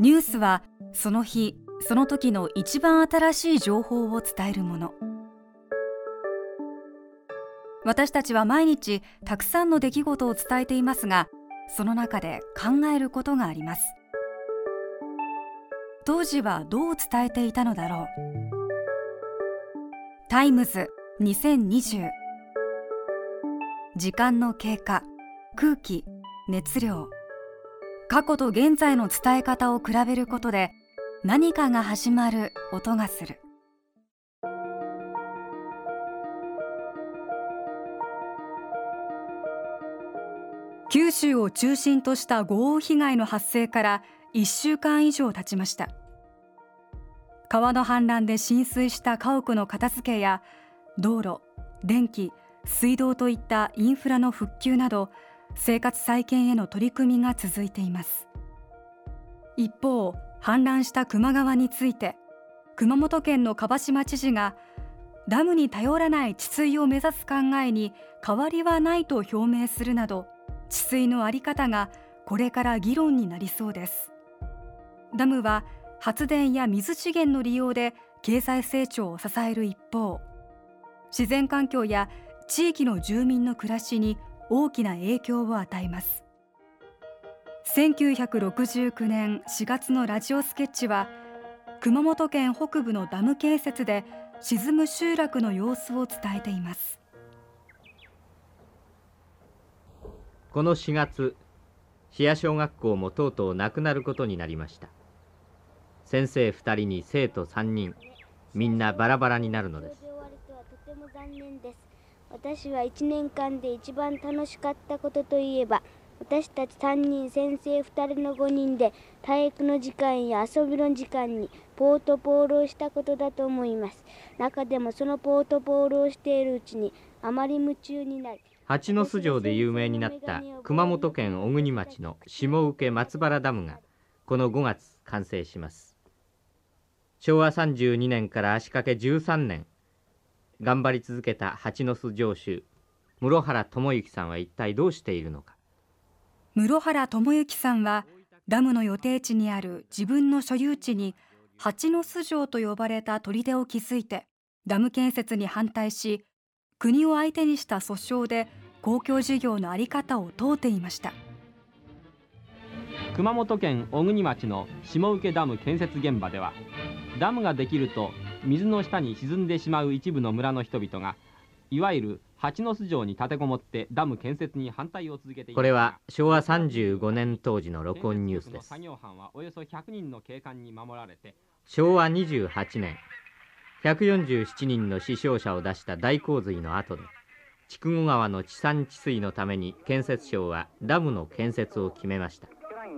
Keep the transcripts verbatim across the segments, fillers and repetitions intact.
ニュースはその日その時の一番新しい情報を伝えるもの。私たちは毎日たくさんの出来事を伝えていますが、その中で考えることがあります。当時はどう伝えていたのだろう。タイムズにせんにじゅう。時間の経過、空気、熱量。過去と現在の伝え方を比べることで何かが始まる音がする。九州を中心とした豪雨被害の発生からいっしゅうかん以上経ちました。川の氾濫で浸水した家屋の片付けや道路、電気、水道といったインフラの復旧など生活再建への取り組みが続いています。一方、氾濫した球磨川について熊本県の蒲島知事がダムに頼らない治水を目指す考えに変わりはないと表明するなど、治水の在り方がこれから議論になりそうです。ダムは発電や水資源の利用で経済成長を支える一方、自然環境や地域の住民の暮らしに大きな影響を与えます。せんきゅうひゃくろくじゅうきゅうねんしがつのラジオスケッチは熊本県北部のダム建設で沈む集落の様子を伝えています。 このしがつ、滋賀小学校もとうとうなくなることになりました。先生ふたりに生徒さんにん、みんなバラバラになるのです。 とても残念です。私はいちねんかんで一番楽しかったことといえば、私たちさんにん先生ふたりのごにんで体育の時間や遊びの時間にポートポールをしたことだと思います。中でもそのポートポールをしているうちにあまり夢中になり、 蜂の巣城で有名になった熊本県小国町の下請松原ダムがこのごがつ完成します。しょうわさんじゅうにねんから足掛けじゅうさんねん頑張り続けた蜂の巣城主室原智之さんは一体どうしているのか。 室原智之さんはダムの予定地にある自分の所有地に蜂の巣城と呼ばれた砦を築いてダム建設に反対し、国を相手にした訴訟で公共事業の在り方を問うていました。 熊本県小国町の下請ダム建設現場では、ダムができると水の下に沈んでしまう一部の村の人々がいわゆる蜂の巣城に立てこもってダム建設に反対を続けています。 これはしょうわさんじゅうごねん当時の録音ニュースです。 作業班はおよそひゃくにんの警官に守られて、 しょうわにじゅうはちねんひゃくよんじゅうななにんの死傷者を出した大洪水の後で、筑後川の治山治水のために建設省はダムの建設を決めました。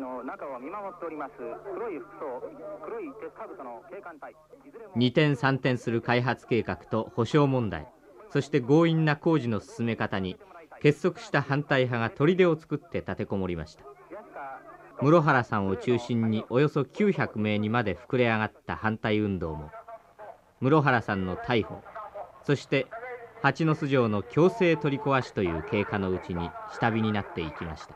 二転三転する開発計画と保証問題、そして強引な工事の進め方に結束した反対派が砦を作って立てこもりました。室原さんを中心におよそきゅうひゃくめいにまで膨れ上がった反対運動も、室原さんの逮捕、そして蜂の巣城の強制取り壊しという経過のうちに下火になっていきました。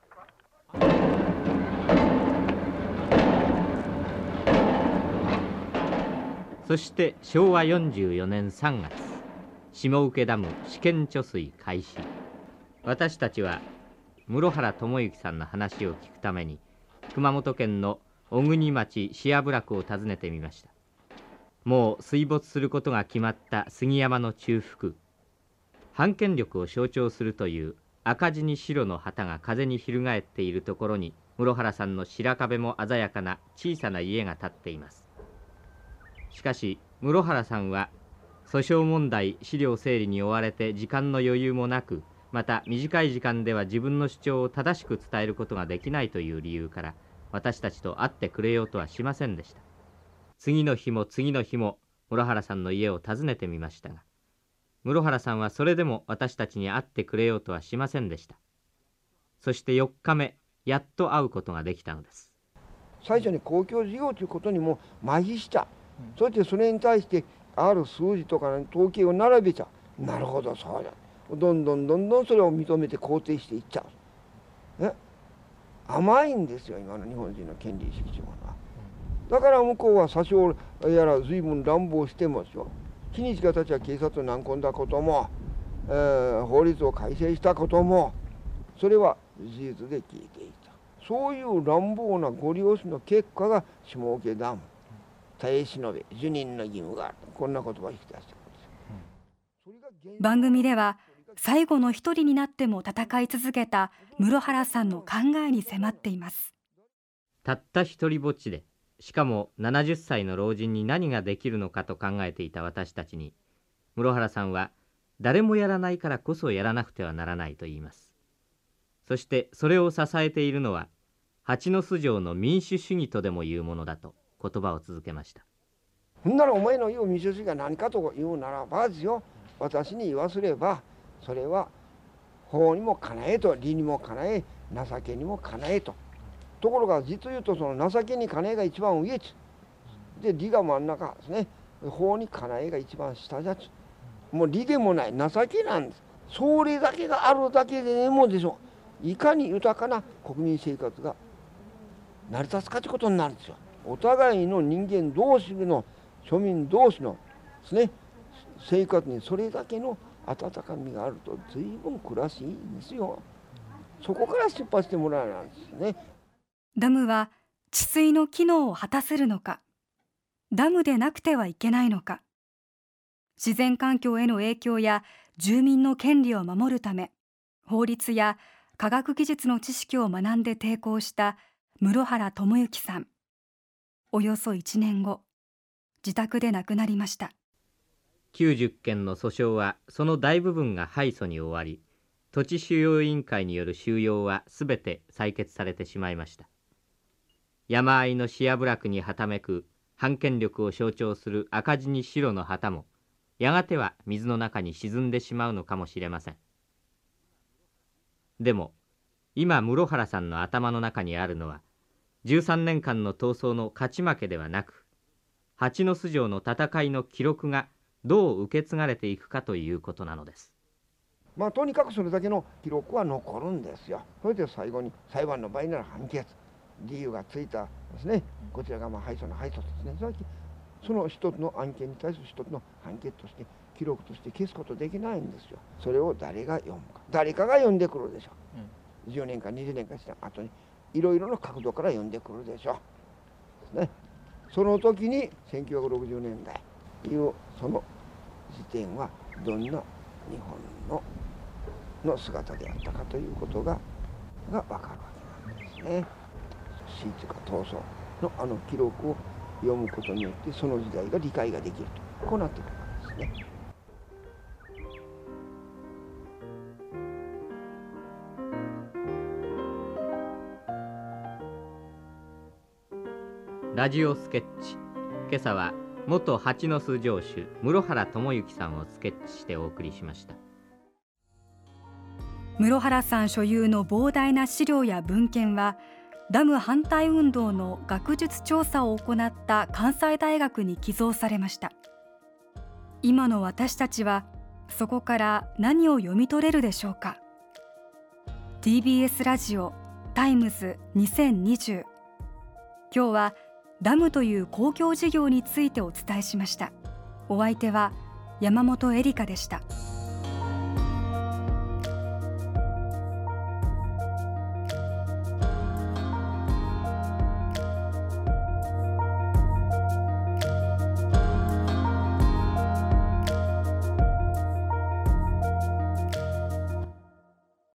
そしてしょうわよんじゅうよねんさんがつ、下請ダム試験貯水開始。私たちは室原智之さんの話を聞くために熊本県の小国町塩部落を訪ねてみました。もう水没することが決まった杉山の中腹、反権力を象徴するという赤地に白の旗が風に翻っているところに、室原さんの白壁も鮮やかな小さな家が建っています。しかし室原さんは訴訟問題、資料整理に追われて時間の余裕もなく、また短い時間では自分の主張を正しく伝えることができないという理由から私たちと会ってくれようとはしませんでした。次の日も次の日も室原さんの家を訪ねてみましたが、室原さんはそれでも私たちに会ってくれようとはしませんでした。そしてよっかめ、やっと会うことができたのです。 最初に公共事業ということにも麻痺した、うん、そしてそれに対してある数字とか統計を並べちゃう。なるほど、そうだ、どんどんどんどんそれを認めて肯定していっちゃう。え甘いんですよ、今の日本人の権利意識というものは。 だから向こうは詐称やら随分乱暴してますよ。日にちがたちは警察を軟禁だことも、えー、法律を改正したことも、それは事実で聞いていた。そういう乱暴なご利用しの結果が下請ダム、耐え忍べ、受任の義務がある、こんな言葉を引き出してくるんですよ。 番組では最後の一人になっても戦い続けた室原さんの考えに迫っています。 たった一人ぼっちで、しかもななじゅっさいの老人に何ができるのかと考えていた私たちに、室原さんは誰もやらないからこそやらなくてはならないと言います。そしてそれを支えているのは蜂の巣城の民主主義とでもいうものだと言葉を続けました。 ほんならお前の言う民主主義が何かと言うならばですよ、私に言わせればそれは法にもかなえと、理にもかなえ、情けにもかなえと。ところが実言うとその情けにかなえが一番上で、理が真ん中ですね。法にかなえが一番下じゃつ。もう理でもない情けなんです。それだけがあるだけでもでしょう、いかに豊かな国民生活が成り立つかということになるんですよ。お互いの人間同士の庶民同士のですね、生活にそれだけの温かみがあると随分暮らしいいんですよ。そこから出発してもらわないんですね。 ダムは治水の機能を果たせるのか、ダムでなくてはいけないのか、自然環境への影響や住民の権利を守るため、法律や科学技術の知識を学んで抵抗した室原智之さん。およそいちねんご、自宅で亡くなりました。 きゅうじゅっけんの訴訟はその大部分が敗訴に終わり、土地収容委員会による収容はすべて採決されてしまいました。山あいの視野部落にはためく反権力を象徴する赤字に白の旗も、やがては水の中に沈んでしまうのかもしれません。でも今室原さんの頭の中にあるのは、じゅうさんねんかんの闘争の勝ち負けではなく、蜂の巣城の戦いの記録がどう受け継がれていくかということなのです。 まあとにかくそれだけの記録は残るんですよ。それで最後に裁判の場合なら判決、理由がついたですね、こちらがまあ敗訴の敗訴ですね。その一つの案件に対する一つの判決として記録として消すことできないんですよ。それを誰が読むか、誰かが読んでくるでしょう。じゅうねんかにじゅうねんかした後にいろいろな角度から読んでくるでしょう、ね、その時にせんきゅうひゃくろくじゅうねんだいいうその時点はどんな日本のの姿であったかということがが分かるわけなんですね。死というか闘争のあの記録を読むことによってその時代が理解ができると、こうなってくるわけですね。 ラジオスケッチ。今朝は元蜂の巣城主室原智之さんをスケッチしてお送りしました。 室原さん所有の膨大な資料や文献は、ダム反対運動の学術調査を行った関西大学に寄贈されました。今の私たちはそこから何を読み取れるでしょうか。 ティービーエス ラジオタイムズにせんにじゅう、今日はダムという公共事業についてお伝えしました。お相手は山本恵里香でした。